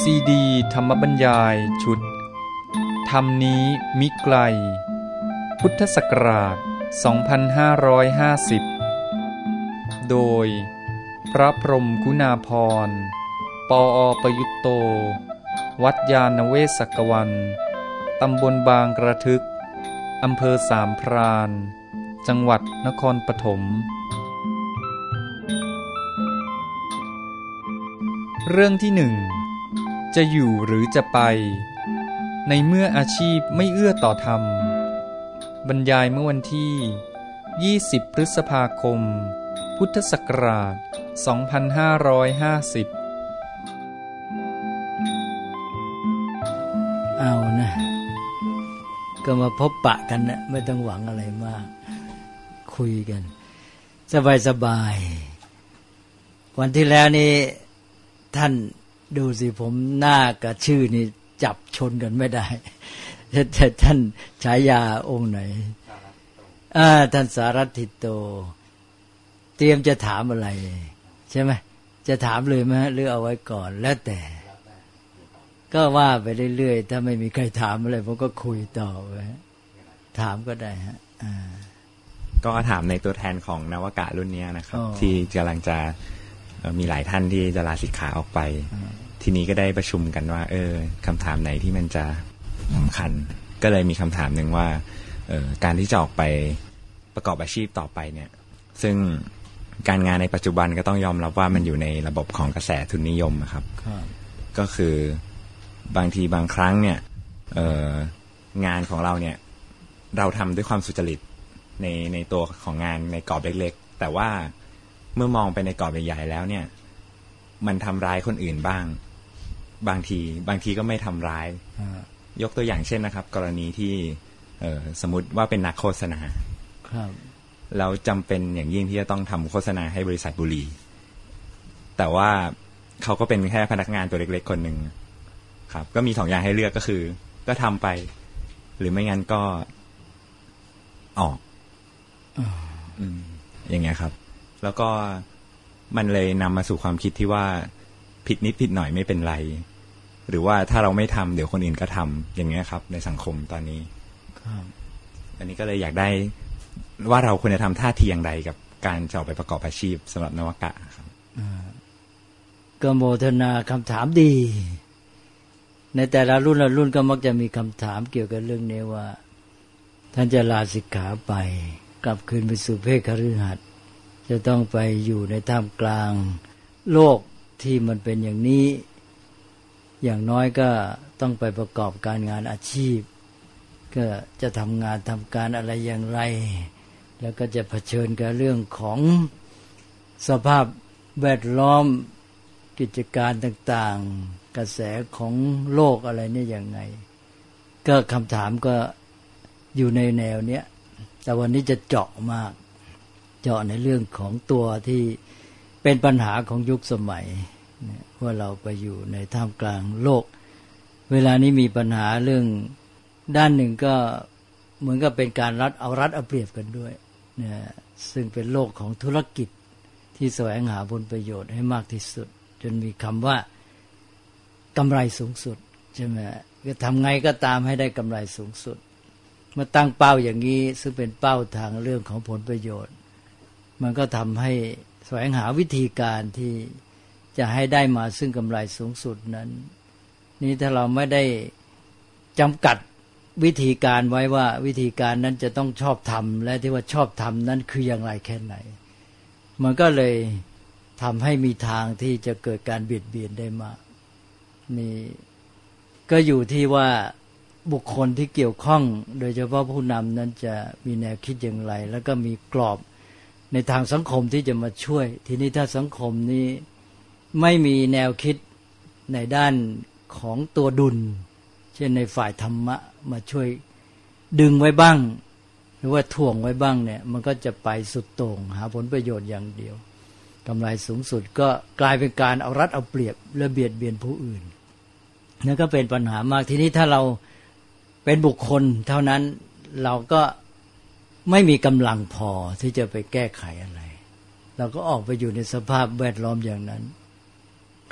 ซีดีธรรมบรรยายชุดธรรมนี้มิไกลพุทธศักราช 2550 โดยพระพรหมกุณาภรณ์ ปอ.ประยุตโต วัดยานเวศกวัน ตำบลบางกระทึก อำเภอสามพราน จังหวัดนครปฐมเรื่องที่หนึ่งจะอยู่หรือจะไปในเมื่ออาชีพไม่เอื้อต่อธรรมบรรยายเมื่อวันที่ 20 พฤษภาคม พุทธศักราช 2550 เอานะก็มาพบปะกันนะไม่ต้องหวังอะไรมากคุยกันสบายๆวันที่แล้วนี่ท่านดูสิผมหน้ากับชื่อนี่จับชนกันไม่ได้แต่ท่านฉายาองค์ไหนท่านสารัตถิโตเตรียมจะถามอะไรใช่ไหมจะถามเลยไหมหรือเอาไว้ก่อนแล้วแต่ก็ว่าไปเรื่อยๆถ้าไม่มีใครถามอะไรผมก็คุยต่อไปถามก็ได้ฮะก็ถามในตัวแทนของนวากะรุ่นนี้นะครับที่กำลังจะมีหลายท่านที่จะลาสิกขาออกไปทีนี้ก็ได้ประชุมกันว่าคำถามไหนที่มันจะสำคัญก็เลยมีคำถามหนึ่งว่าการที่จะออกไปประกอบอาชีพต่อไปเนี่ยซึ่งการงานในปัจจุบันก็ต้องยอมรับว่ามันอยู่ในระบบของกระแสทุนนิยมครับก็คือบางทีบางครั้งเนี่ยงานของเราเนี่ยเราทำด้วยความสุจริตในตัวของงานในกรอบเล็กๆแต่ว่าเมื่อมองไปในกรอบใหญ่ๆแล้วเนี่ยมันทำร้ายคนอื่นบ้างบางทีก็ไม่ทำร้ายยกตัวอย่างเช่นนะครับกรณีที่สมมุติว่าเป็นนักโฆษณาเราจำเป็นอย่างยิ่งที่จะต้องทำโฆษณาให้บริษัทบุหรี่แต่ว่าเขาก็เป็นแค่พนักงานตัวเล็กๆคนหนึ่งครับก็มี2 อย่างให้เลือกก็คือก็ทำไปหรือไม่งั้นก็ออกอย่างเงี้ยครับแล้วก็มันเลยนำมาสู่ความคิดที่ว่าผิดนิดผิดหน่อยไม่เป็นไรหรือว่าถ้าเราไม่ทำเดี๋ยวคนอื่นก็ทำอย่างเงี้ยครับในสังคมตอนนี้อันนี้ก็เลยอยากได้ว่าเราควรจะทำท่าทีอย่างไรกับการจะออกไปประกอบอาชีพสำหรับนวากะครับก็โมทนาคำถามดีในแต่ละรุ่นก็มักจะมีคำถามเกี่ยวกับเรื่องนี้ว่าท่านจะลาสิกขาไปกลับคืนไปสู่เพศคฤหัสถ์จะต้องไปอยู่ในท่ามกลางโลกที่มันเป็นอย่างนี้อย่างน้อยก็ต้องไปประกอบการงานอาชีพก็จะทำงานทำการอะไรอย่างไรแล้วก็จะเผชิญกับเรื่องของสภาพแวดล้อมกิจการต่างๆกระแสของโลกอะไรนี่อย่างไงก็คำถามก็อยู่ในแนวเนี้ยแต่วันนี้จะเจาะมากเจาะในเรื่องของตัวที่เป็นปัญหาของยุคสมัยว่าเราไปอยู่ในท่ามกลางโลกเวลานี้มีปัญหาเรื่องด้านหนึ่งก็เหมือนกับเป็นการรัดเอาเปรียบกันด้วยนะซึ่งเป็นโลกของธุรกิจที่แสวงหาผลประโยชน์ให้มากที่สุดจนมีคำว่ากำไรสูงสุดใช่ไหมก็ทำไงก็ตามให้ได้กำไรสูงสุดเมื่อตั้งเป้าอย่างนี้ซึ่งเป็นเป้าทางเรื่องของผลประโยชน์มันก็ทำให้แสวงหาวิธีการที่จะให้ได้มาซึ่งกำไรสูงสุดนั้นนี่ถ้าเราไม่ได้จำกัดวิธีการไว้ว่าวิธีการนั้นจะต้องชอบทำและที่ว่าชอบทำนั้นคืออย่างไรแค่ไหนมันก็เลยทำให้มีทางที่จะเกิดการเบียดเบียนได้มากนี่ก็อยู่ที่ว่าบุคคลที่เกี่ยวข้องโดยเฉพาะผู้นำนั้นจะมีแนวคิดอย่างไรแล้วก็มีกรอบในทางสังคมที่จะมาช่วยทีนี้ถ้าสังคมนี้ไม่มีแนวคิดในด้านของตัวดุลเช่นในฝ่ายธรรมะมาช่วยดึงไว้บ้างหรือว่าถ่วงไว้บ้างเนี่ยมันก็จะไปสุดโต่งหาผลประโยชน์อย่างเดียวกำไรสูงสุดก็กลายเป็นการเอารัดเอาเปรียบและเบียดเบียนผู้อื่นนั่นก็เป็นปัญหามากทีนี้ถ้าเราเป็นบุคคลเท่านั้นเราก็ไม่มีกำลังพอที่จะไปแก้ไขอะไรเราก็ออกไปอยู่ในสภาพแวดล้อมอย่างนั้น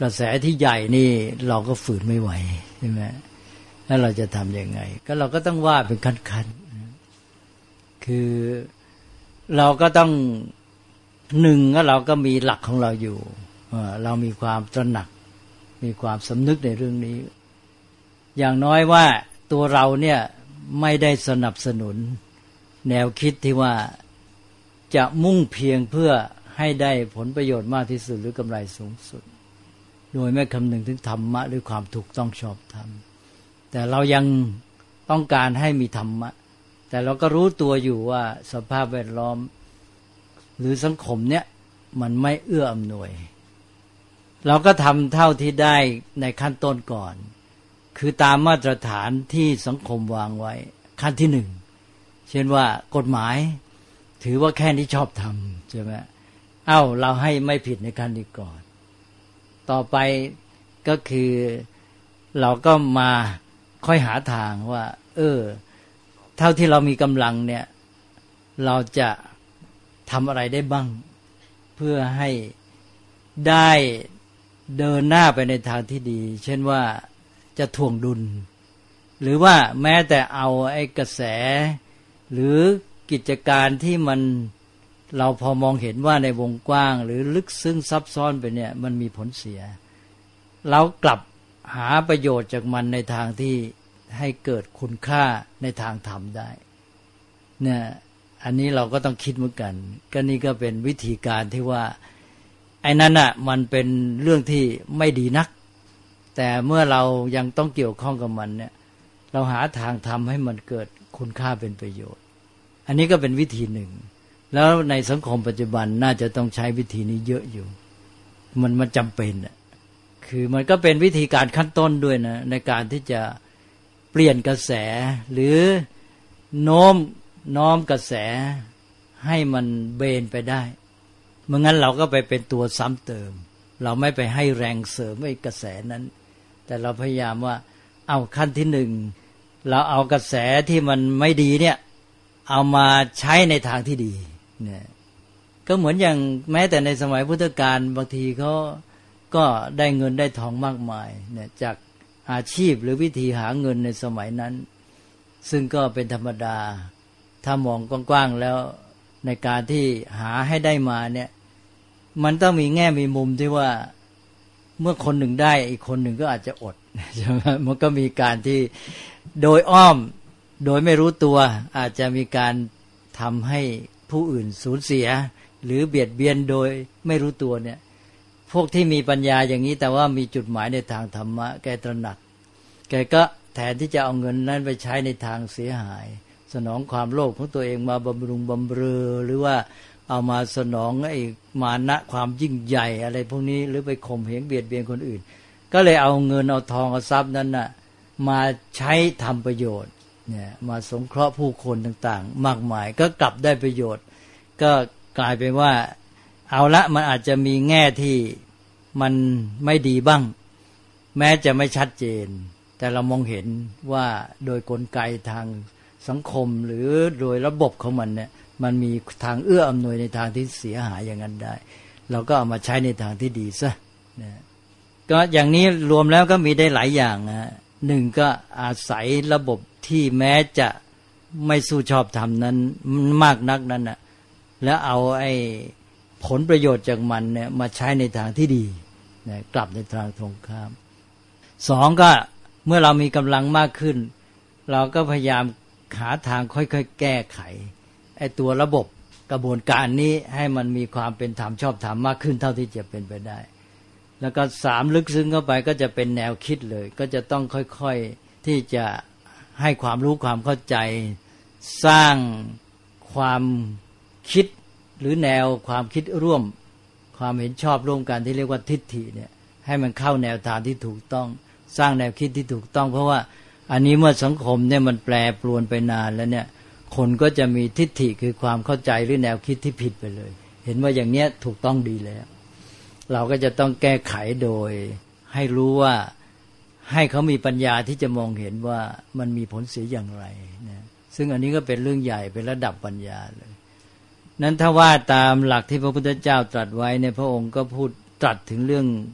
กระแสที่ใหญ่นี่เราก็ฝืนไม่ไหวใช่ไหมแล้วเราจะทำยังไงก็เราก็ต้องว่าเป็นขั้นๆคือเราก็ต้องหนึ่งก็เราก็มีหลักของเราอยู่เรามีความตระหนักมีความสำนึกในเรื่องนี้อย่างน้อยว่าตัวเราเนี่ยไม่ได้สนับสนุนแนวคิดที่ว่าจะมุ่งเพียงเพื่อให้ได้ผลประโยชน์มากที่สุดหรือกำไรสูงสุดโดยไม่คำนึงถึงธรรมะหรือความถูกต้องชอบธรรมแต่เรายังต้องการให้มีธรรมะแต่เราก็รู้ตัวอยู่ว่าสภาพแวดล้อมหรือสังคมเนี่ยมันไม่เอื้ออำนวยเราก็ทำเท่าที่ได้ในขั้นต้นก่อนคือตามมาตรฐานที่สังคมวางไว้ขั้นที่หนึ่งเช่นว่ากฎหมายถือว่าแค่นี้ชอบทำใช่ไหมเราให้ไม่ผิดในขั้นนี้ก่อนต่อไปก็คือเราก็มาค่อยหาทางว่าเท่าที่เรามีกำลังเนี่ยเราจะทำอะไรได้บ้างเพื่อให้ได้เดินหน้าไปในทางที่ดีเช่นว่าจะถ่วงดุลหรือว่าแม้แต่เอาไอ้กระแสหรือกิจการที่มันเราพอมองเห็นว่าในวงกว้างหรือลึกซึ้งซับซ้อนไปเนี่ยมันมีผลเสียเรากลับหาประโยชน์จากมันในทางที่ให้เกิดคุณค่าในทางธรรมได้เนี่ยอันนี้เราก็ต้องคิดเหมือนกันก็นี่ก็เป็นวิธีการที่ว่าไอ้นั้นน่ะมันเป็นเรื่องที่ไม่ดีนักแต่เมื่อเรายังต้องเกี่ยวข้องกับมันเนี่ยเราหาทางทำให้มันเกิดคุณค่าเป็นประโยชน์อันนี้ก็เป็นวิธีหนึ่งแล้วในสังคมปัจจุบันน่าจะต้องใช้วิธีนี้เยอะอยู่มันจำเป็นคือมันก็เป็นวิธีการขั้นต้นด้วยนะในการที่จะเปลี่ยนกระแสหรือโน้มกระแสให้มันเบนไปได้เมื่องั้นเราก็ไปเป็นตัวซ้ำเติมเราไม่ไปให้แรงเสริมไอ้กระแสนั้นแต่เราพยายามว่าเอาขั้นที่หนึ่งเราเอากระแสที่มันไม่ดีเนี่ยเอามาใช้ในทางที่ดีเนี่ยก็เหมือนอย่างแม้แต่ในสมัยพุทธกาลบางทีเขาก็ได้เงินได้ทองมากมายเนี่ยจากอาชีพหรือวิธีหาเงินในสมัยนั้นซึ่งก็เป็นธรรมดาถ้ามองกว้างๆแล้วในการที่หาให้ได้มาเนี่ยมันต้องมีแง่มีมุมที่ว่าเมื่อคนหนึ่งได้อีกคนหนึ่งก็อาจจะอดใช่ไหมมันก็มีการที่โดยอ้อมโดยไม่รู้ตัวอาจจะมีการทำให้ผู้อื่นสูญเสียหรือเบียดเบียนโดยไม่รู้ตัวเนี่ยพวกที่มีปัญญาอย่างนี้แต่ว่ามีจุดหมายในทางธรรมะแกตระหนักแกก็แทนที่จะเอาเงินนั้นไปใช้ในทางเสียหายสนองความโลภของตัวเองมาบำรุงบำเรอหรือว่าเอามาสนองไอ้มานะความยิ่งใหญ่อะไรพวกนี้หรือไปข่มเหงเบียดเบียนคนอื่นก็เลยเอาเงินเอาทองเอาทรัพย์นั้นน่ะมาใช้ทำประโยชน์เนี่ยมาสงเคราะห์ผู้คนต่างๆมากมายก็กลับได้ประโยชน์ก็กลายเป็นว่าเอาละมันอาจจะมีแง่ที่มันไม่ดีบ้างแม้จะไม่ชัดเจนแต่เรามองเห็นว่าโดยกลไกทางสังคมหรือโดยระบบของมันเนี่ยมันมีทางเอื้ออำนวยในทางที่เสียหายอย่างนั้นได้เราก็เอามาใช้ในทางที่ดีซะนะก็อย่างนี้รวมแล้วก็มีได้หลายอย่างนะหนึ่งก็อาศัยระบบที่แม้จะไม่สู้ชอบธรรมนั้นมากนักนั้นนะแล้วเอาไอ้ผลประโยชน์จากมันเนี่ยมาใช้ในทางที่ดีนะกลับในทางตรงข้ามสองก็เมื่อเรามีกำลังมากขึ้นเราก็พยายามหาทางค่อยๆแก้ไขไอ้ตัวระบบกระบวนการนี้ให้มันมีความเป็นธรรมชอบธรรมมากขึ้นเท่าที่จะเป็นไปได้แล้วก็สามลึกซึ้งเข้าไปก็จะเป็นแนวคิดเลยก็จะต้องค่อยๆที่จะให้ความรู้ความเข้าใจสร้างความคิดหรือแนวความคิดร่วมความเห็นชอบร่วมกันที่เรียกว่าทิฏฐิเนี่ยให้มันเข้าแนวทางที่ถูกต้องสร้างแนวคิดที่ถูกต้องเพราะว่าอันนี้เมื่อสังคมเนี่ยมันแปรปรวนไปนานแล้วเนี่ยคนก็จะมีทิฏฐิคือความเข้าใจหรือแนวคิดที่ผิดไปเลยเห็นว่าอย่างเนี้ยถูกต้องดีแล้วเราก็จะต้องแก้ไขโดยให้รู้ว่าให้เขามีปัญญาที่จะมองเห็นว่ามันมีผลเสียอย่างไรนะซึ่งอันนี้ก็เป็นเรื่องใหญ่เป็นระดับปัญญาเลยนั้นถ้าว่าตามหลักที่พระพุทธเจ้าตรัสไว้ในพระองค์ก็พูดตรัสถึงเรื่อง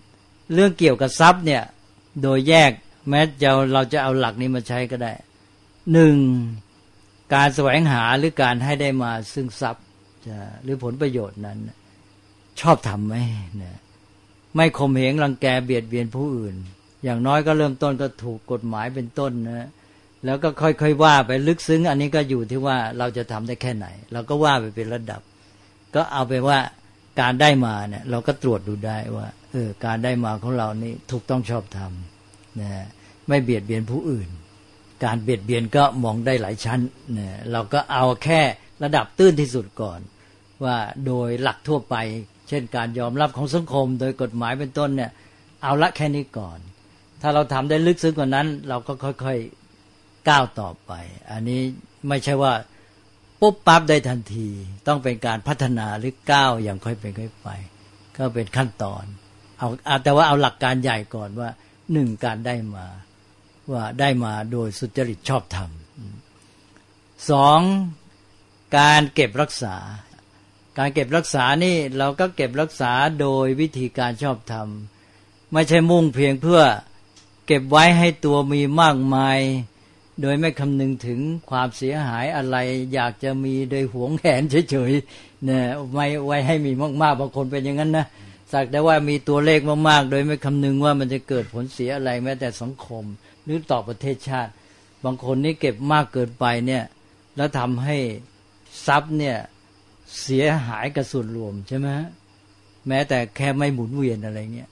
เรื่องเกี่ยวกับทรัพย์เนี่ยโดยแยกแม้เราจะเอาหลักนี้มาใช้ก็ได้หนึ่งการแสวงหาหรือการให้ได้มาซึ่งทรัพย์หรือผลประโยชน์นั้นชอบทำไหมเนี่ยไม่ข่มเหงรังแกเบียดเบียนผู้อื่นอย่างน้อยก็เริ่มต้นก็ถูกกฎหมายเป็นต้นนะแล้วก็ค่อยๆว่าไปลึกซึ้งอันนี้ก็อยู่ที่ว่าเราจะทำได้แค่ไหนเราก็ว่าไปเป็นระดับก็เอาไปว่าการได้มาเนี่ยเราก็ตรวจดูได้ว่าการได้มาของเรานี่ถูกต้องชอบธรรมนะไม่เบียดเบียนผู้อื่นการเบียดเบียนก็มองได้หลายชั้นนะเราก็เอาแค่ระดับตื้นที่สุดก่อนว่าโดยหลักทั่วไปเช่นการยอมรับของสังคมโดยกฎหมายเป็นต้นเนี่ยเอาละแค่นี้ก่อนถ้าเราทำได้ลึกซึ้งกว่านั้นเราก็ค่อยๆก้าวต่อไปอันนี้ไม่ใช่ว่าปุ๊บปั๊บได้ทันทีต้องเป็นการพัฒนาหรือก้าวอย่างค่อยเป็นค่อยไปก็เป็นขั้นตอนแต่ว่าเอาหลักการใหญ่ก่อนว่าหนึ่งการได้มาว่าได้มาโดยสุจริตชอบธรรมสองการเก็บรักษาการเก็บรักษานี่เราก็เก็บรักษาโดยวิธีการชอบธรรมไม่ใช่มุ่งเพียงเพื่อเก็บไว้ให้ตัวมีมากมายโดยไม่คำนึงถึงความเสียหายอะไรอยากจะมีโดยหวงแหนเฉยๆเนี่ยไม่ไว้ให้มีมากๆบางคนเป็นอย่างนั้นนะสักแต่ว่ามีตัวเลขมากๆโดยไม่คำนึงว่ามันจะเกิดผลเสียอะไรแม้แต่สังคมหรือต่อประเทศชาติบางคนนี่เก็บมากเกินไปเนี่ยแล้วทำให้ทรัพย์เนี่ยเสียหายกับส่วนรวมใช่ไหมแม้แต่แค่ไม่หมุนเวียนอะไรเงี้ย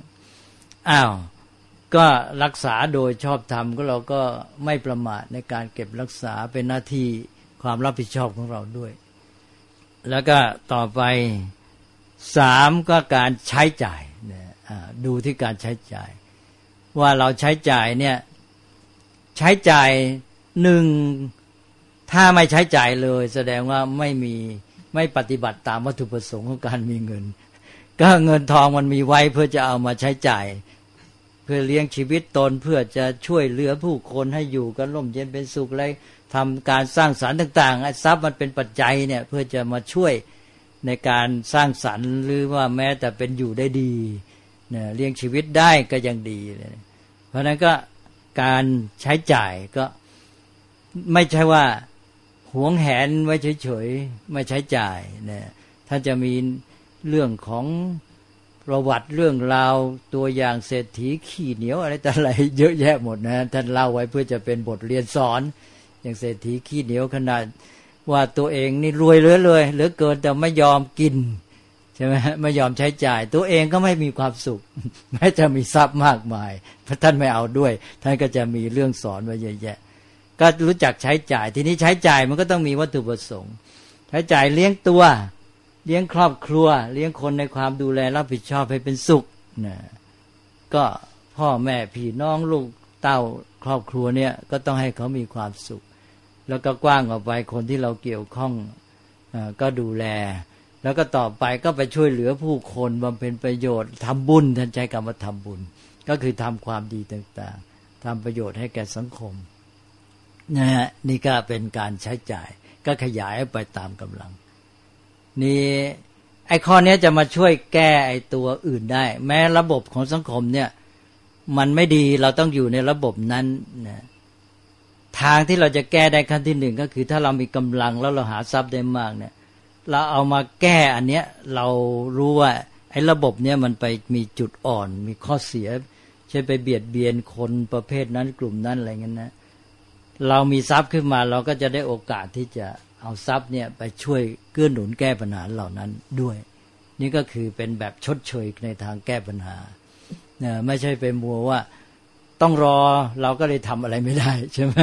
ก็รักษาโดยชอบธรรมก็เราก็ไม่ประมาทในการเก็บรักษาเป็นหน้าที่ความรับผิดชอบของเราด้วยแล้วก็ต่อไปสามก็การใช้จ่ายดูที่การใช้จ่ายว่าเราใช้จ่ายเนี่ยใช้จ่ายหนึ่งถ้าไม่ใช้จ่ายเลยแสดงว่าไม่ปฏิบัติตามวัตถุประสงค์ของการมีเงินก็เงินทองมันมีไว้เพื่อจะเอามาใช้จ่ายเพื่อเลี้ยงชีวิตตนเพื่อจะช่วยเหลือผู้คนให้อยู่กันร่มเย็นเป็นสุขอะไรทำการสร้างสรรค์ต่างๆไอ้ทรัพย์มันเป็นปัจจัยเนี่ยเพื่อจะมาช่วยในการสร้างสรรค์หรือว่าแม้แต่เป็นอยู่ได้ดีเนี่ยเลี้ยงชีวิตได้ก็ยังดีเลยเพราะนั้นก็การใช้จ่ายก็ไม่ใช่ว่าหวงแหนไว้เฉยๆไม่ใช้จ่ายเนี่ยถ้าจะมีเรื่องของประวัติเรื่องราวตัวอย่างเศรษฐีขี้เหนียวอะไรแต่อะไรเยอะแยะหมดนะท่านเล่าไว้เพื่อจะเป็นบทเรียนสอนอย่างเศรษฐีขี้เหนียวขนาดว่าตัวเองนี่รวยเหลือเกินแต่ไม่ยอมกินใช่ไหมไม่ยอมใช้จ่ายตัวเองก็ไม่มีความสุขแม้จะมีทรัพย์มากมายเพราะท่านไม่เอาด้วยท่านก็จะมีเรื่องสอนไว้เยอะแยะก็รู้จักใช้จ่ายทีนี้ใช้จ่ายมันก็ต้องมีวัตถุประสงค์ใช้จ่ายเลี้ยงตัวเลี้ยงครอบครัวเลี้ยงคนในความดูแลรับผิดชอบให้เป็นสุขนะก็พ่อแม่พี่น้องลูกเต้าครอบครัวเนี่ยก็ต้องให้เขามีความสุขแล้วก็กว้างออกไปคนที่เราเกี่ยวข้องก็ดูแลแล้วก็ต่อไปก็ไปช่วยเหลือผู้คนบำเพ็ญประโยชน์ทำบุญท่านใช้คำว่าทำบุญก็คือทำความดีต่างๆทำประโยชน์ให้แก่สังคมนะฮะนี่ก็เป็นการใช้จ่ายก็ขยายไปตามกำลังนี่ไอ้ข้อนี้จะมาช่วยแก้ไอ้ตัวอื่นได้แม้ระบบของสังคมเนี่ยมันไม่ดีเราต้องอยู่ในระบบนั้นนะทางที่เราจะแก้ได้ขั้นที่หนึ่งก็คือถ้าเรามีกำลังแล้วเราหาทรัพย์ได้มากเนี่ยเราเอามาแก้อันเนี้ยเรารู้ว่าไอ้ระบบเนี้ยมันไปมีจุดอ่อนมีข้อเสียใช่ไปเบียดเบียนคนประเภทนั้นกลุ่มนั้นอะไรเงี้ยนะเรามีทรัพย์ขึ้นมาเราก็จะได้โอกาสที่จะเอาทรัพย์เนี่ยไปช่วยเกื้อหนุนแก้ปัญหาเหล่านั้นด้วยนี่ก็คือเป็นแบบชดเชยในทางแก้ปัญหาเนี่ยไม่ใช่ไปมัวว่าต้องรอเราก็เลยทำอะไรไม่ได้ใช่ไหม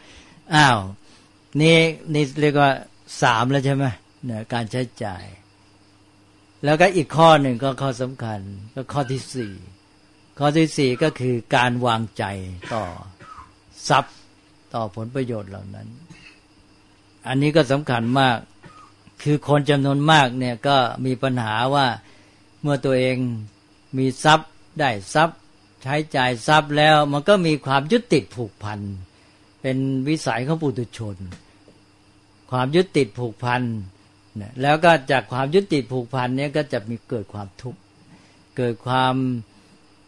นี่เรียกว่า3แล้วใช่ไหมเนี่ยการใช้จ่ายแล้วก็อีกข้อหนึ่งก็ข้อสำคัญก็ข้อที่4ก็คือการวางใจต่อทรัพย์ต่อผลประโยชน์เหล่านั้นอันนี้ก็สำคัญมากคือคนจำนวนมากเนี่ยก็มีปัญหาว่าเมื่อตัวเองมีทรัพย์ได้ทรัพย์ใช้จ่ายทรัพย์แล้วมันก็มีความยึดติดผูกพันเป็นวิสัยของปุถุชนความยึดติดผูกพันแล้วก็จากความยึดติดผูกพันเนี่ยก็จะมีเกิดความทุกข์เกิดความ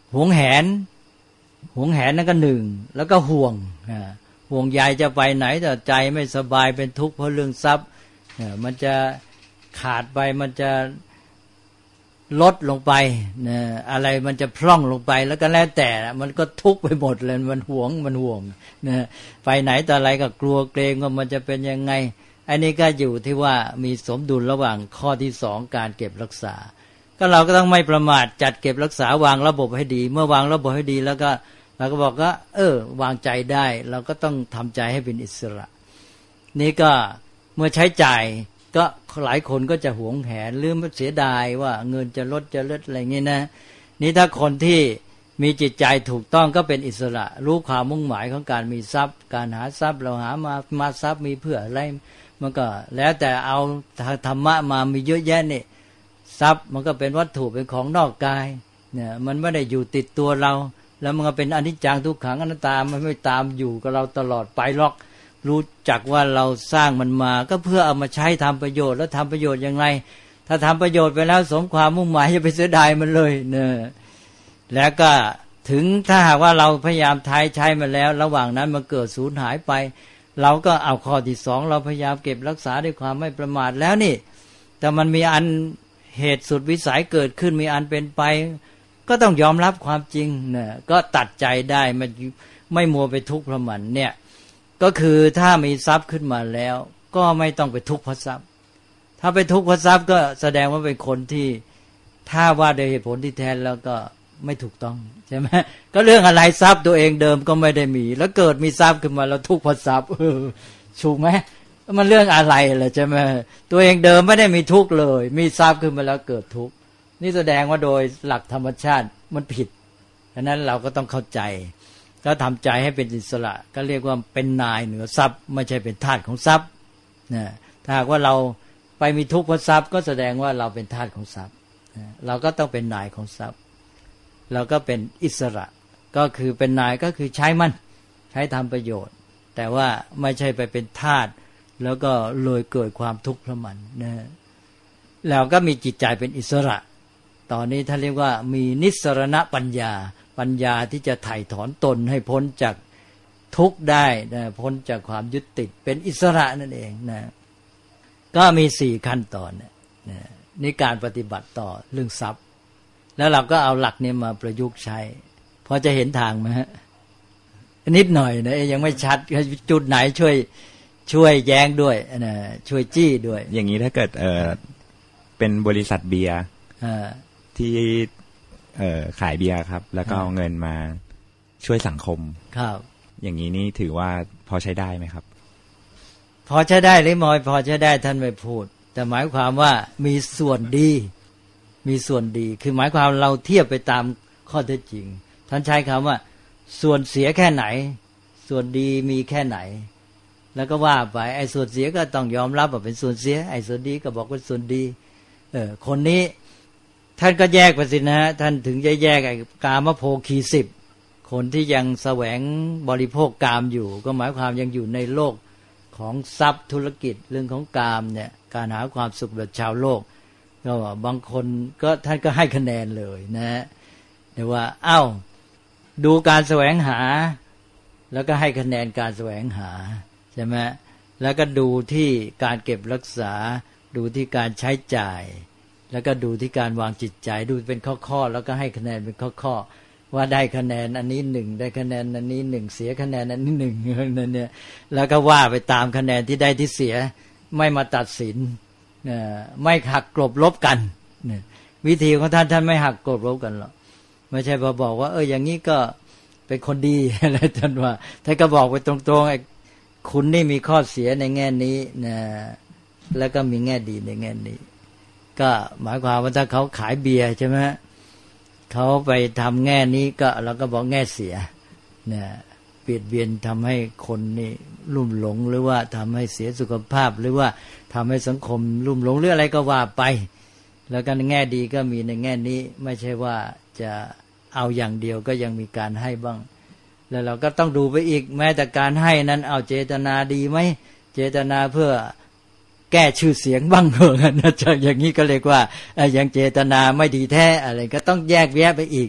หวงแหนนั่นก็หนึ่งแล้วก็ห่วงใยจะไปไหนแต่ใจไม่สบายเป็นทุกข์เพราะเรื่องทรัพย์มันจะขาดไปมันจะลดลงไปอะไรมันจะพร่องลงไปแล้วก็แล้วแต่มันก็ทุกข์ไปหมดเลยมันห่วงไปไหนแต่อะไรก็กลัวเกรงว่ามันจะเป็นยังไงอันนี้ก็อยู่ที่ว่ามีสมดุลระหว่างข้อที่สองการเก็บรักษาก็เราก็ต้องไม่ประมาทจัดเก็บรักษาวางระบบให้ดีเมื่อวางระบบให้ดีแล้วก็เราก็บอกว่าวางใจได้เราก็ต้องทำใจให้เป็นอิสระนี่ก็เมื่อใช้จ่ายก็หลายคนก็จะหวงแหนหรือเสียดายว่าเงินจะลดอะไรอย่างนี้นะนี่ถ้าคนที่มีจิตใจถูกต้องก็เป็นอิสระรู้ความมุ่งหมายของการมีทรัพย์การหาทรัพย์เราหามาทรัพย์มีเพื่ออะไรมันก็แล้วแต่เอาธรรมะมามีเยอะแยะนี่ทรัพย์มันก็เป็นวัตถุเป็นของนอกกายเนี่ยมันไม่ได้อยู่ติดตัวเราแล้วมันก็เป็นอนิจจังทุกขังอนัตตามันไม่ตามอยู่กับเราตลอดไปหรอกรู้จักว่าเราสร้างมันมาก็เพื่อเอามาใช้ทำประโยชน์แล้วทำประโยชน์อย่างไรถ้าทำประโยชน์ไปแล้วสมความมุ่งหมายจะไปเสียดายมันเลยเนี่ยแล้วก็ถึงถ้าหากว่าเราพยายามใช้มันแล้วระหว่างนั้นมันเกิดสูญหายไปเราก็เอาข้อที่สองเราพยายามเก็บรักษาด้วยความไม่ประมาทแล้วนี่แต่มันมีอันเหตุสุดวิสัยเกิดขึ้นมีอันเป็นไปก็ต้องยอมรับความจริงเนี่ยก็ตัดใจได้มันไม่มัวไปทุกข์เพราะมันเนี่ยก็คือถ้ามีทรัพย์ขึ้นมาแล้วก็ไม่ต้องไปทุกข์เพราะทรัพย์ถ้าไปทุกข์เพราะทรัพย์ก็แสดงว่าเป็นคนที่ถ้าว่าโดยเหตุผลที่แท้แล้วก็ไม่ถูกต้องใช่ไหมก็เรื่องอะไรทรัพย์ตัวเองเดิมก็ไม่ได้มีแล้วเกิดมีทรัพย์ขึ้นมาแล้วทุกข์เพราะทรัพย์ถูกไหมมันเรื่องอะไรล่ะใช่ไหมตัวเองเดิมไม่ได้มีทุกข์เลยมีทรัพย์ขึ้นมาแล้วเกิดทุกข์นี่แสดงว่าโดยหลักธรรมชาติมันผิดฉะนั้นเราก็ต้องเข้าใจก็ทำใจให้เป็นอิสระก็เรียกว่าเป็นนายเหนือทรัพย์ไม่ใช่เป็นทาสของทรัพย์นะถ้าหากว่าเราไปมีทุกข์เพราะทรัพย์ก็แสดงว่าเราเป็นทาสของทรัพย์เราก็ต้องเป็นนายของทรัพย์เราก็เป็นอิสระก็คือเป็นนายก็คือใช้มันใช้ทำประโยชน์แต่ว่าไม่ใช่ไปเป็นทาสแล้วก็เลยเกิดความทุกข์เพราะมันนะแล้วก็มีจิตใจเป็นอิสระตอนนี้ท่านเรียกว่ามีนิสรณปัญญาที่จะไถ่ถอนตนให้พ้นจากทุกข์ได้นะพ้นจากความยึดติดเป็นอิสระนั่นเองนะก็มี4ขั้นตอนนะนี่การปฏิบัติต่อเรื่องทรัพย์แล้วเราก็เอาหลักนี้มาประยุกต์ใช้พอจะเห็นทางไหมฮะนิดหน่อยนะยังไม่ชัดจุดไหนช่วยแย้งด้วยนะช่วยจี้ด้วยอย่างนี้ถ้าเกิดเป็นบริษัทเบียร์ที่ขายเบียร์ครับแล้วก็เอาเงินมาช่วยสังคมครับอย่างนี้นี่ถือว่าพอใช้ได้ไหมครับพอใช้ได้หรือไม่พอใช้ได้ท่านไม่พูดแต่หมายความว่ามีส่วนดีคือหมายความเราเทียบไปตามข้อเท็จจริงท่านใช้คำว่าส่วนเสียแค่ไหนส่วนดีมีแค่ไหนแล้วก็ว่าไปไอ้ส่วนเสียก็ต้องยอมรับว่าเป็นส่วนเสียไอ้ส่วนดีก็บอกว่าส่วนดีคนนี้ท่านก็แยกไปสินะฮะท่านถึงจะแยกไอ้กามโภคี10คนที่ยังแสวงบริโภคกามอยู่ก็หมายความยังอยู่ในโลกของทรัพย์ธุรกิจเรื่องของกามเนี่ยการหาความสุขแบบชาวโลกก็บางคนก็ท่านก็ให้คะแนนเลยนะแต่ว่าดูการแสวงหาแล้วก็ให้คะแนนการแสวงหาใช่ไหมแล้วก็ดูที่การเก็บรักษาดูที่การใช้จ่ายแล้วก็ดูที่การวางจิตใจดูเป็นข้อๆแล้วก็ให้คะแนนเป็นข้อๆว่าได้คะแนนอันนี้1ได้คะแนนอันนี้1เสียคะแนนอันนี้1นั่นเนี่ยแล้วก็ว่าไปตามคะแนนที่ได้ที่เสียไม่มาตัดสินไม่หักกลบลบกันวิธีของท่านไม่หักกลบลบกันหรอกไม่ใช่พอบอกว่าอย่างนี้ก็เป็นคนดีอะไรท่านว่าท่านก็บอกไปตรงๆไอ้คุณนี่มีข้อเสียในแง่นี้นะแล้วก็มีแง่ดีในแง่นี้ก็หมายความว่าถ้าเขาขายเบียร์ใช่ไหมเขาไปทำแง่นี้ก็เราก็บอกแง่เสียเนี่ยเบียดเบียนทำให้คนนี่ลุ่มหลงหรือว่าทำให้เสียสุขภาพหรือว่าทำให้สังคมลุ่มหลงหรืออะไรก็ว่าไปแล้วก็ในแง่ดีก็มีในแง่นี้ไม่ใช่ว่าจะเอาอย่างเดียวก็ยังมีการให้บ้างแล้วเราก็ต้องดูไปอีกแม้แต่การให้นั้นเอาเจตนาดีไหมเจตนาเพื่อแก้ชื่อเสียงบ้างเหรอนะอย่างนี้ก็เรียกว่ายังเจตนาไม่ดีแท้อะไรก็ต้องแยกแยะไปอีก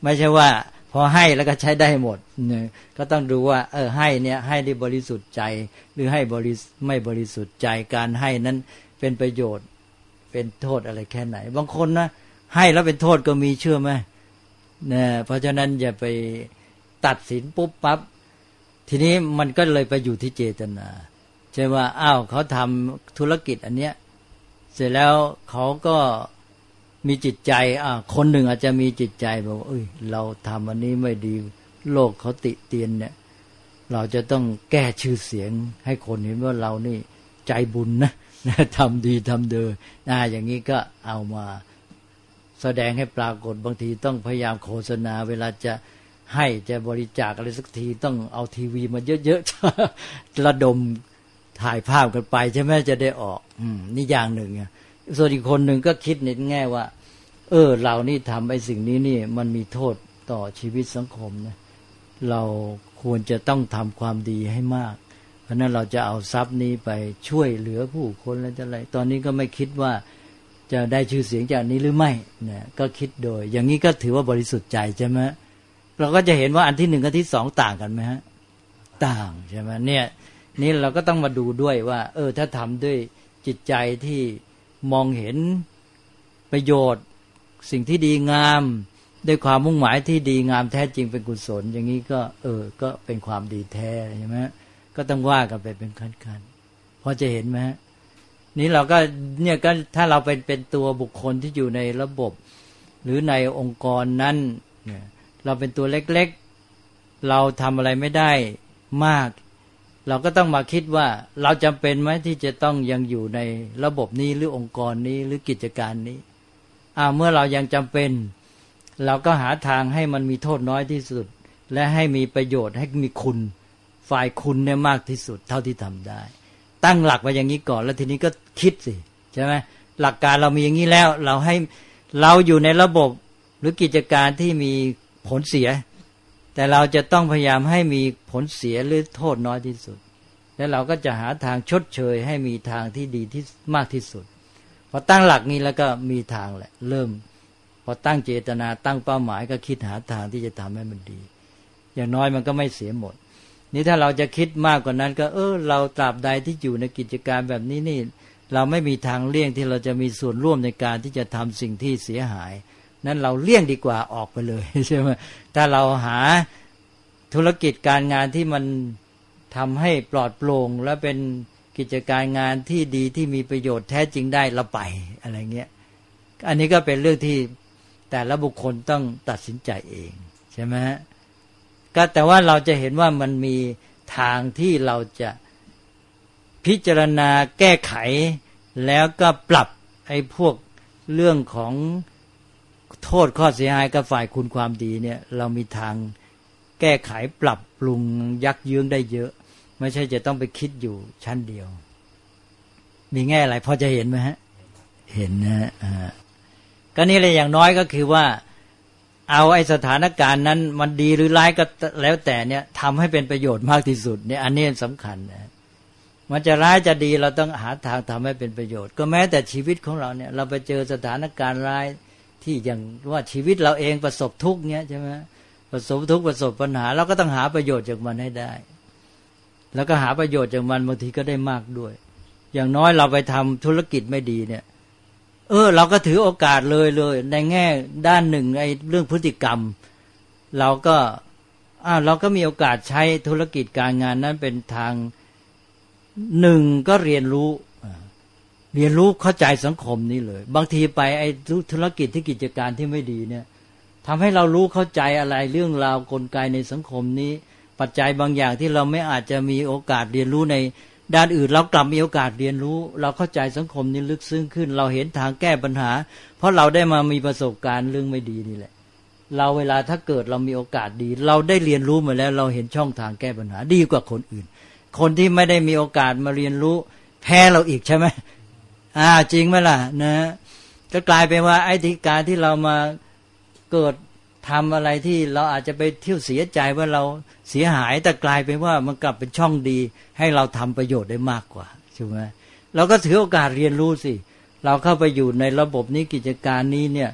ไม่ใช่ว่าพอให้แล้วก็ใช้ได้หมดเนี่ยก็ต้องดูว่าให้เนี่ยให้ได้บริสุทธิ์ใจหรือให้ไม่บริสุทธิ์ใจการให้นั้นเป็นประโยชน์เป็นโทษอะไรแค่ไหนบางคนนะให้แล้วเป็นโทษก็มีเชื่อไหมเนี่ยเพราะฉะนั้นอย่าไปตัดสินปุ๊บปั๊บทีนี้มันก็เลยไปอยู่ที่เจตนาใช่ว่าอ้าวเขาทำธุรกิจอันเนี้ยเสร็จแล้วเขาก็มีจิตใจคนหนึ่งอาจจะมีจิตใจบอกว่าเราทำอันนี้ไม่ดีโลกเขาติเตียนเนี่ยเราจะต้องแก้ชื่อเสียงให้คนเห็นว่าเรานี่ใจบุญนะทำดีทำเดออย่างนี้ก็เอามาแสดงให้ปรากฏบางทีต้องพยายามโฆษณาเวลาจะให้จะบริจาคอะไรสักทีต้องเอาทีวีมาเยอะๆระดมถ่ายภาพกันไปใช่ไหมจะได้ออกนี่อย่างหนึ่งส่วนอีกคนหนึ่งก็คิดในแง่ว่าเรานี่ทำไอ้สิ่งนี้นี่มันมีโทษต่อชีวิตสังคมนะเราควรจะต้องทำความดีให้มากเพราะนั้นเราจะเอาทรัพย์นี้ไปช่วยเหลือผู้คนแล้วจะอะไรตอนนี้ก็ไม่คิดว่าจะได้ชื่อเสียงจากนี้หรือไม่นะก็คิดโดยอย่างนี้ก็ถือว่าบริสุทธิ์ใจใช่ไหมเราก็จะเห็นว่าอันที่หนึ่งกับที่สองต่างกันไหมฮะต่างใช่ไหมเนี่ยนี่เราก็ต้องมาดูด้วยว่าถ้าทำด้วยจิตใจที่มองเห็นประโยชน์สิ่งที่ดีงามด้วยความมุ่งหมายที่ดีงามแท้จริงเป็นกุศลอย่างนี้ก็ก็เป็นความดีแท้ใช่ไหมก็ต้องว่ากันไปเป็นขั้นๆพอจะเห็นไหมนี้เราก็เนี่ยก็ถ้าเราเป็นตัวบุคคลที่อยู่ในระบบหรือในองค์กรนั้นเนี่ยเราเป็นตัวเล็กๆเราทำอะไรไม่ได้มากเราก็ต้องมาคิดว่าเราจำเป็นไหมที่จะต้องยังอยู่ในระบบนี้หรือองค์กรนี้หรือกิจการนี้เมื่อเรายังจำเป็นเราก็หาทางให้มันมีโทษน้อยที่สุดและให้มีประโยชน์ให้มีคุณฝ่ายคุณเนี่ยมากที่สุดเท่าที่ทำได้ตั้งหลักไว้อย่างนี้ก่อนแล้วทีนี้ก็คิดสิใช่ไหมหลักการเรามีอย่างนี้แล้วเราให้เราอยู่ในระบบหรือกิจการที่มีผลเสียแต่เราจะต้องพยายามให้มีผลเสียหรือโทษน้อยที่สุดแล้วเราก็จะหาทางชดเชยให้มีทางที่ดีที่มากที่สุดพอตั้งหลักนี้แล้วก็มีทางแหละเริ่มพอตั้งเจตนาตั้งเป้าหมายก็คิดหาทางที่จะทำให้มันดีอย่างน้อยมันก็ไม่เสียหมดนี่ถ้าเราจะคิดมากกว่านั้นก็เราตราบใดที่อยู่ในกิจการแบบนี้นี่เราไม่มีทางเลี่ยงที่เราจะมีส่วนร่วมในการที่จะทำสิ่งที่เสียหายนั้นเราเลี่ยงดีกว่าออกไปเลยใช่ไหมถ้าเราหาธุรกิจการงานที่มันทำให้ปลอดโปร่งและเป็นกิจการงานที่ดีที่มีประโยชน์แท้จริงได้เราไปอะไรเงี้ยอันนี้ก็เป็นเรื่องที่แต่ละบุคคลต้องตัดสินใจเองใช่ไหมก็แต่ว่าเราจะเห็นว่ามันมีทางที่เราจะพิจารณาแก้ไขแล้วก็ปรับไอ้พวกเรื่องของโทษข้อเสียหายกับฝ่ายคุณความดีเนี่ยเรามีทางแก้ไขปรับปรุงยักเยื้องได้เยอะไม่ใช่จะต้องไปคิดอยู่ชั้นเดียวมีแง่อะไรพอจะเห็นไหมฮะเห็นนะก็นี่เลยอย่างน้อยก็คือว่าเอาไอ้สถานการณ์นั้นมันดีหรือร้ายก็แล้วแต่เนี่ยทำให้เป็นประโยชน์มากที่สุดเนี่ยอันนี้สำคัญนะมันจะร้ายจะดีเราต้องหาทางทำให้เป็นประโยชน์ก็แม้แต่ชีวิตของเราเนี่ยเราไปเจอสถานการณ์ร้ายที่อย่างว่าชีวิตเราเองประสบทุกข์เนี่ยใช่ไหมประสบทุกข์ประสบปัญหาเราก็ต้องหาประโยชน์จากมันให้ได้แล้วก็หาประโยชน์จากมันบางทีก็ได้มากด้วยอย่างน้อยเราไปทำธุรกิจไม่ดีเนี่ยเราก็ถือโอกาสเลยในแง่ด้านหนึ่งไอ้เรื่องพฤติกรรมเราก็มีโอกาสใช้ธุรกิจการงานนั้นเป็นทางหนึ่งก็เรียนรู้เข้าใจสังคมนี้เลยบางทีไปไอ้ธุรกิจที่กิจการที่ไม่ดีเนี่ยทำให้เรารู้เข้าใจอะไรเรื่องราวกลไกในสังคมนี้ปัจจัยบางอย่างที่เราไม่อาจจะมีโอกาสเรียนรู้ในด้านอื่นเรากลับมีโอกาสเรียนรู้เราเข้าใจสังคมนี้ลึกซึ้งขึ้นเราเห็นทางแก้ปัญหาเพราะเราได้มามีประสบการณ์เรื่องไม่ดีนี่แหละเราเวลาถ้าเกิดเรามีโอกาสดีเราได้เรียนรู้มาแล้วเราเห็นช่องทางแก้ปัญหาดีกว่าคนอื่นคนที่ไม่ได้มีโอกาสมาเรียนรู้แพ้เราอีกใช่ไหมจริงไหมล่ะนะก็กลายเป็นว่าไอ้ที่การที่เรามาเกิดทำอะไรที่เราอาจจะไปเที่ยวเสียใจว่าเราเสียหายแต่กลายเป็นว่ามันกลับเป็นช่องดีให้เราทำประโยชน์ได้มากกว่าใช่ไหมเราก็ถือโอกาสเรียนรู้สิเราเข้าไปอยู่ในระบบนี้กิจการนี้เนี่ย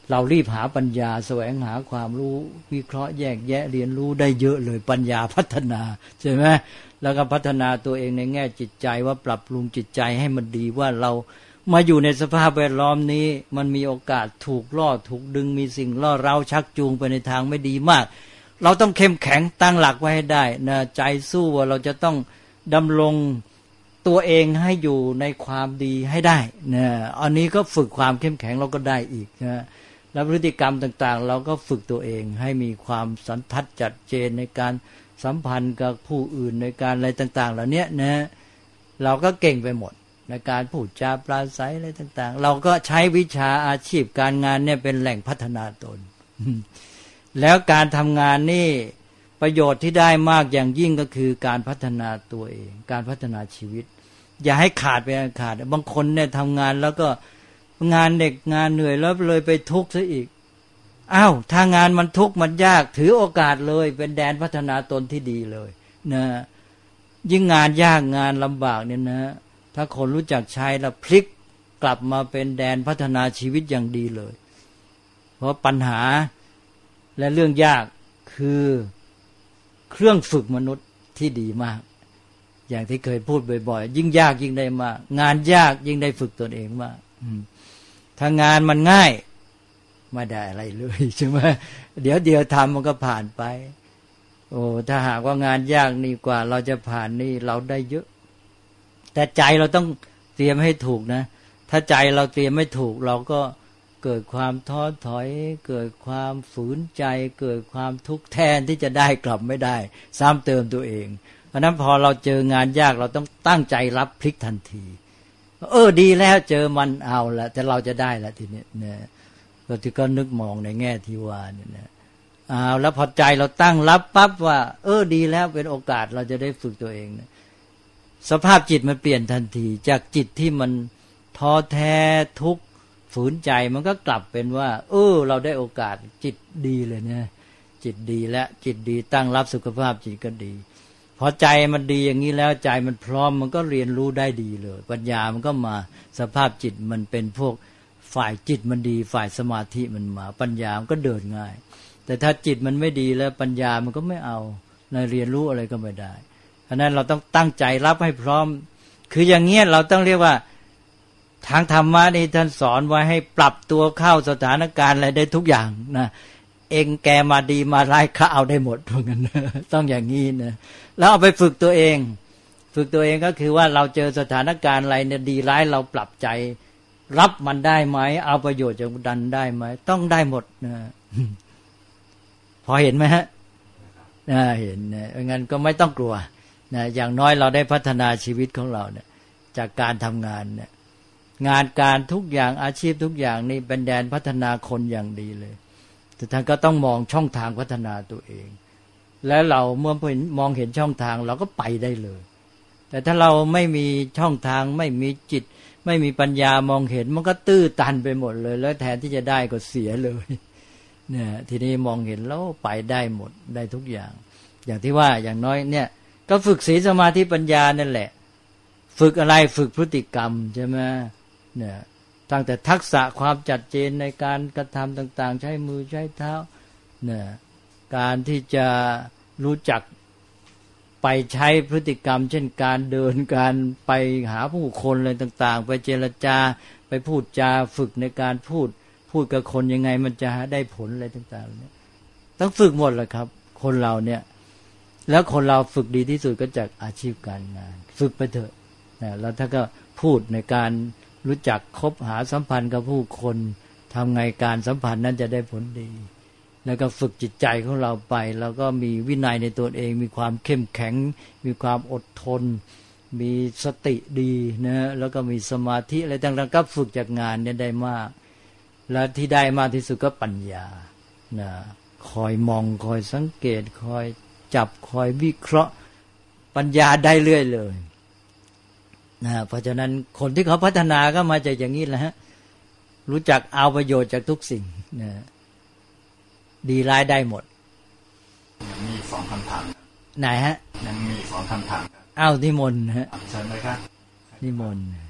เรารีบหาปัญญาแสวงหาความรู้วิเคราะห์แยกแยะเรียนรู้ได้เยอะเลยปัญญาพัฒนาใช่ไหมแล้วก็พัฒนาตัวเองในแง่จิตใจว่าปรับปรุงจิตใจให้มันดีว่าเรามาอยู่ในสภาพแวดล้อมนี้มันมีโอกาสถูกล่อถูกดึงมีสิ่งล่อเร้าชักจูงไปในทางไม่ดีมากเราต้องเข้มแข็งตั้งหลักไว้ให้ได้นะใจสู้ว่าเราจะต้องดำรงตัวเองให้อยู่ในความดีให้ได้นะอันนี้ก็ฝึกความเข้มแข็งเราก็ได้อีกนะแล้วพฤติกรรมต่างๆเราก็ฝึกตัวเองให้มีความสันทัดจัดเจนในการสัมพันธ์กับผู้อื่นในการอะไรต่างๆเหล่านี้นะเราก็เก่งไปหมดในการพูดจาปราศัยอะไรต่างๆเราก็ใช้วิชาอาชีพการงานเนี่ยเป็นแหล่งพัฒนาตน แล้วการทำงานนี่ประโยชน์ที่ได้มากอย่างยิ่งก็คือการพัฒนาตัวเองการพัฒนาชีวิตอย่าให้ขาดไปขาดบางคนเนี่ยทำงานแล้วก็งานเด็กงานเหนื่อยแล้วเลยไปทุกข์ซะอีกอ้าวถ้างานมันทุกข์มันยากถือโอกาสเลยเป็นแดนพัฒนาตนที่ดีเลยนะยิ่งงานยากงานลำบากเนี่ยนะถ้าคนรู้จักใช้แล้วพลิกกลับมาเป็นแดนพัฒนาชีวิตอย่างดีเลยเพราะปัญหาและเรื่องยากคือเครื่องฝึกมนุษย์ที่ดีมากอย่างที่เคยพูดบ่อยๆยิ่งยากยิ่งได้มากงานยากยิ่งได้ฝึกตนเองมากถ้างานมันง่ายไม่ได้อะไรเลยใช่ไหมเดี๋ยวทำมันก็ผ่านไปโอ้ถ้าหากว่างานยากนี่กว่าเราจะผ่านนี่เราได้เยอะแต่ใจเราต้องเตรียมให้ถูกนะถ้าใจเราเตรียมไม่ถูกเราก็เกิดความท้อถอยเกิดความฝืนใจเกิดความทุกข์แทนที่จะได้กลับไม่ได้ซ้ำเติมตัวเองเพราะนั้นพอเราเจองานยากเราต้องตั้งใจรับพลิกทันทีดีแล้วเจอมันเอาละแต่เราจะได้ละทีนี้เนี่ยเราก็นึกมองในแง่ที่ว่าเนี่ยนะเอาแล้วพอใจเราตั้งรับปั๊บว่าดีแล้วเป็นโอกาสเราจะได้ฝึกตัวเองนะสภาพจิตมันเปลี่ยนทันทีจากจิตที่มันท้อแท้ทุกข์ฝืนใจมันก็กลับเป็นว่าเราได้โอกาสจิตดีเลยเนี่ยจิตดีและจิตดีตั้งรับสุขภาพจิตก็ดีพอใจมันดีอย่างนี้แล้วใจมันพร้อมมันก็เรียนรู้ได้ดีเลยปัญญามันก็มาสภาพจิตมันเป็นพวกฝ่ายจิตมันดีฝ่ายสมาธิมันมาปัญญามันก็เดินง่ายแต่ถ้าจิตมันไม่ดีแล้วปัญญามันก็ไม่เอาเรียนรู้อะไรก็ไม่ได้เพราะนั้นเราต้องตั้งใจรับให้พร้อมคืออย่างเงี้ยเราต้องเรียกว่าทางธรรมะนี่ท่านสอนไว้ให้ปรับตัวเข้าสถานการณ์อะไรได้ทุกอย่างนะเองแกมาดีมาร้ายข้าเอาได้หมดเพราะงั้นต้องอย่างนี้นะแล้วเอาไปฝึกตัวเองก็คือว่าเราเจอสถานการณ์อะไรเนี่ยดีร้ายเราปรับใจรับมันได้ไหมเอาประโยชน์จากดันได้ไหมต้องได้หมดนะพอเห็นไหมฮะเห็นนะงั้นก็ไม่ต้องกลัวนะอย่างน้อยเราได้พัฒนาชีวิตของเราเนี่ยจากการทำงานเนี่ยงานการทุกอย่างอาชีพทุกอย่างนี่เป็นแดนพัฒนาคนอย่างดีเลยแต่ท่านก็ต้องมองช่องทางพัฒนาตัวเองแล้วเราเมื่อมองเห็นช่องทางเราก็ไปได้เลยแต่ถ้าเราไม่มีช่องทางไม่มีจิตไม่มีปัญญามองเห็นมันก็ตื้อตันไปหมดเลยแล้วแทนที่จะได้ก็เสียเลยเนี่ยทีนี้มองเห็นแล้วไปได้หมดได้ทุกอย่างอย่างที่ว่าอย่างน้อยเนี่ยก็ฝึกศีลสมาธิปัญญานั่นแหละฝึกอะไรฝึกพฤติกรรมใช่ไหมเนี่ยตั้งแต่ทักษะความจัดเจนในการกระทำต่างๆใช้มือใช้เท้าเนี่ยการที่จะรู้จักไปใช้พฤติกรรมเช่นการเดินการไปหาผู้คนอะไรต่างๆไปเจรจาไปพูดจาฝึกในการพูดกับคนยังไงมันจะได้ผลอะไรต่างๆเนี่ยต้องฝึกหมดแหละครับคนเราเนี่ยแล้วคนเราฝึกดีที่สุดก็จากอาชีพการงานฝึกไปเถอะนะแล้วถ้าก็พูดในการรู้จักคบหาสัมพันธ์กับผู้คนทำไงการสัมพันธ์นั้นจะได้ผลดีแล้วก็ฝึกจิตใจของเราไปแล้วก็มีวินัยในตัวเองมีความเข้มแข็งมีความอดทนมีสติดีนะแล้วก็มีสมาธิอะไรต่างๆก็ฝึกจากงานเนี่ยได้มากและที่ได้มากที่สุดก็ปัญญานะคอยมองคอยสังเกตคอยจับคอยวิเคราะห์ปัญญาได้เรื่อยเลยนะเพราะฉะนั้นคนที่เขาพัฒนาก็มาจากอย่างนี้แหละฮะรู้จักเอาประโยชน์จากทุกสิ่งนะดีร้ายได้หมดยังมี2 คำถามไหนฮะยังมี2 คำถามอ้าวนิมนต์ฮะเชิญเลยครับนิมนต์